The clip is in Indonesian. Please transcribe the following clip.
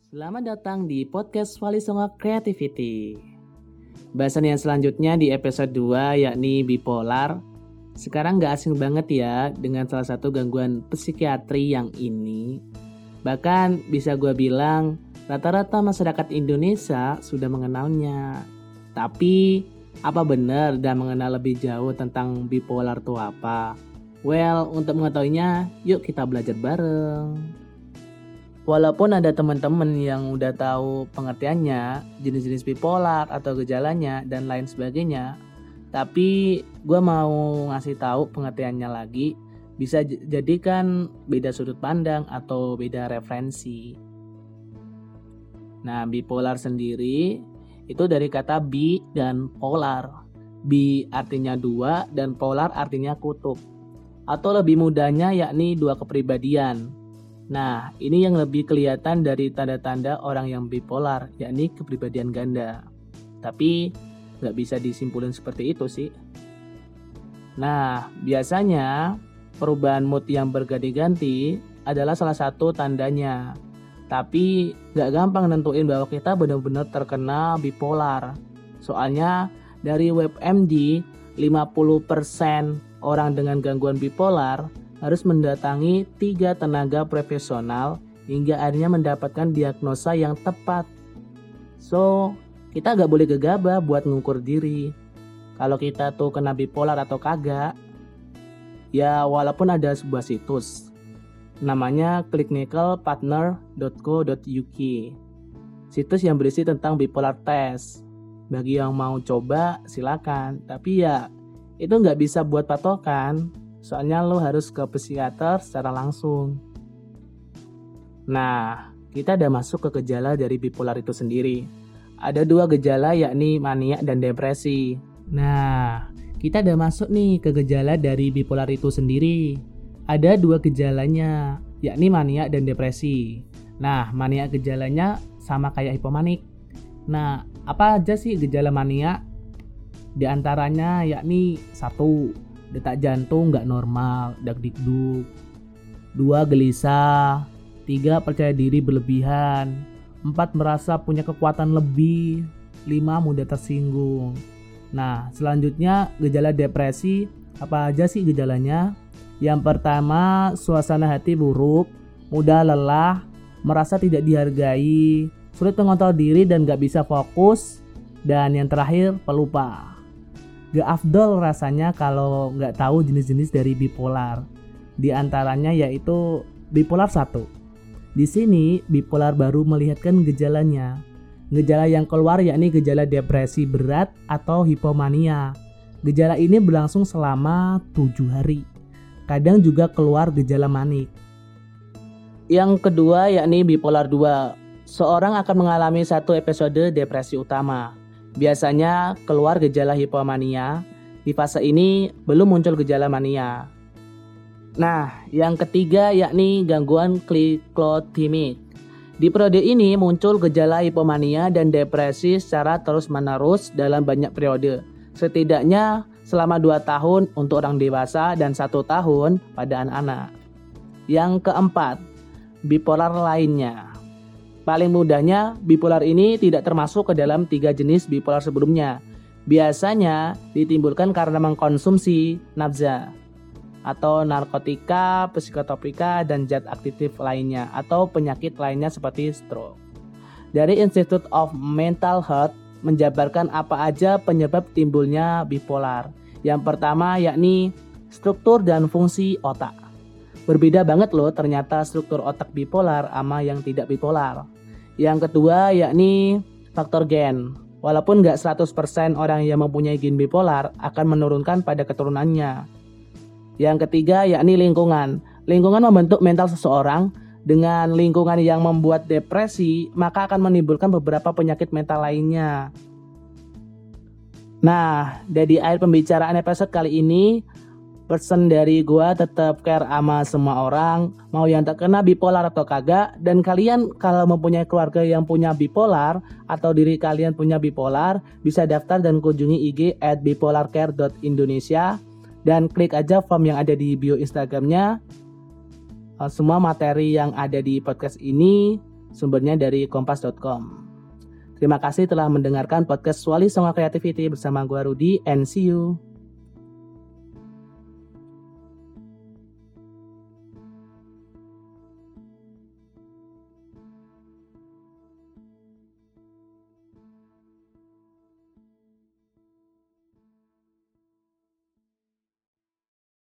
Selamat datang di podcast Wali Songo Creativity. Bahasan yang selanjutnya di episode 2 yakni bipolar. Sekarang gak asing banget ya dengan salah satu gangguan psikiatri yang ini. Bahkan bisa gue bilang rata-rata masyarakat Indonesia sudah mengenalnya. Tapi apa benar dan mengenal lebih jauh tentang bipolar itu apa? Well, untuk mengetahuinya yuk kita belajar bareng. Walaupun ada teman-teman yang udah tahu pengertiannya, jenis-jenis bipolar atau gejalanya dan lain sebagainya, tapi gue mau ngasih tahu pengertiannya lagi, bisa jadikan beda sudut pandang atau beda referensi. Nah, bipolar sendiri itu dari kata bi dan polar. Bi artinya dua dan polar artinya kutub. Atau lebih mudahnya yakni dua kepribadian. Nah, ini yang lebih kelihatan dari tanda-tanda orang yang bipolar, yakni kepribadian ganda. Tapi, nggak bisa disimpulin seperti itu sih. Nah, biasanya perubahan mood yang berganti-ganti adalah salah satu tandanya. Tapi, nggak gampang nentuin bahwa kita benar-benar terkena bipolar. Soalnya, dari WebMD, 50% orang dengan gangguan bipolar harus mendatangi 3 tenaga profesional hingga akhirnya mendapatkan diagnosa yang tepat. So, kita gak boleh gegabah buat ngukur diri. Kalau kita tuh kena bipolar atau kagak. Ya walaupun ada sebuah situs. Namanya clinicalpartner.co.uk. Situs yang berisi tentang bipolar test. Bagi yang mau coba silakan. Tapi ya itu gak bisa buat patokan. Soalnya lo harus ke psikiater secara langsung. Nah, kita udah masuk ke gejala dari bipolar itu sendiri. Ada 2 gejala yakni mania dan depresi. Nah, kita udah masuk nih ke gejala dari bipolar itu sendiri. Ada 2 gejalanya, yakni mania dan depresi. Nah, mania gejalanya sama kayak hipomanik. Nah, apa aja sih gejala mania? Di antaranya yakni 1. Detak jantung nggak normal, dagdikduk. 2. Gelisah. 3. Percaya diri berlebihan. 4. Merasa punya kekuatan lebih. 5. Mudah tersinggung. Nah, selanjutnya gejala depresi. Apa aja sih gejalanya? Yang pertama, suasana hati buruk, mudah lelah, merasa tidak dihargai, sulit mengontrol diri dan nggak bisa fokus. Dan yang terakhir, pelupa. Gak afdol rasanya kalau nggak tahu jenis-jenis dari bipolar. Di antaranya yaitu bipolar 1. Di sini bipolar baru melihatkan gejalanya. Gejala yang keluar yakni gejala depresi berat atau hipomania. Gejala ini berlangsung selama 7 hari. Kadang juga keluar gejala manik. Yang kedua yakni bipolar 2. Seorang akan mengalami 1 episode depresi utama. Biasanya keluar gejala hipomania. Di fase ini belum muncul gejala mania. Nah, yang ketiga yakni gangguan kliklotimik. Di periode ini muncul gejala hipomania dan depresi secara terus-menerus dalam banyak periode. Setidaknya selama 2 tahun untuk orang dewasa dan 1 tahun pada anak-anak. Yang keempat, bipolar lainnya. Paling mudahnya, bipolar ini tidak termasuk ke dalam 3 jenis bipolar sebelumnya. Biasanya ditimbulkan karena mengkonsumsi nafza atau narkotika, psikotropika, dan zat aktif lainnya atau penyakit lainnya seperti stroke. Dari Institute of Mental Health menjabarkan apa aja penyebab timbulnya bipolar. Yang pertama yakni struktur dan fungsi otak. Berbeda banget loh ternyata struktur otak bipolar sama yang tidak bipolar. Yang kedua yakni faktor gen. Walaupun nggak 100% orang yang mempunyai gen bipolar akan menurunkan pada keturunannya. Yang ketiga yakni lingkungan. Lingkungan membentuk mental seseorang. Dengan lingkungan yang membuat depresi, maka akan menimbulkan beberapa penyakit mental lainnya. Nah, dari akhir pembicaraan episode kali ini, pesan dari gua tetap care sama semua orang, mau yang terkena bipolar atau kagak. Dan kalian kalau mempunyai keluarga yang punya bipolar atau diri kalian punya bipolar, bisa daftar dan kunjungi IG @bipolarcare.indonesia dan klik aja form yang ada di bio Instagramnya. Semua materi yang ada di podcast ini Sumbernya dari kompas.com. Terima kasih telah mendengarkan podcast Wali Songo Creativity bersama gua Rudi, and see you.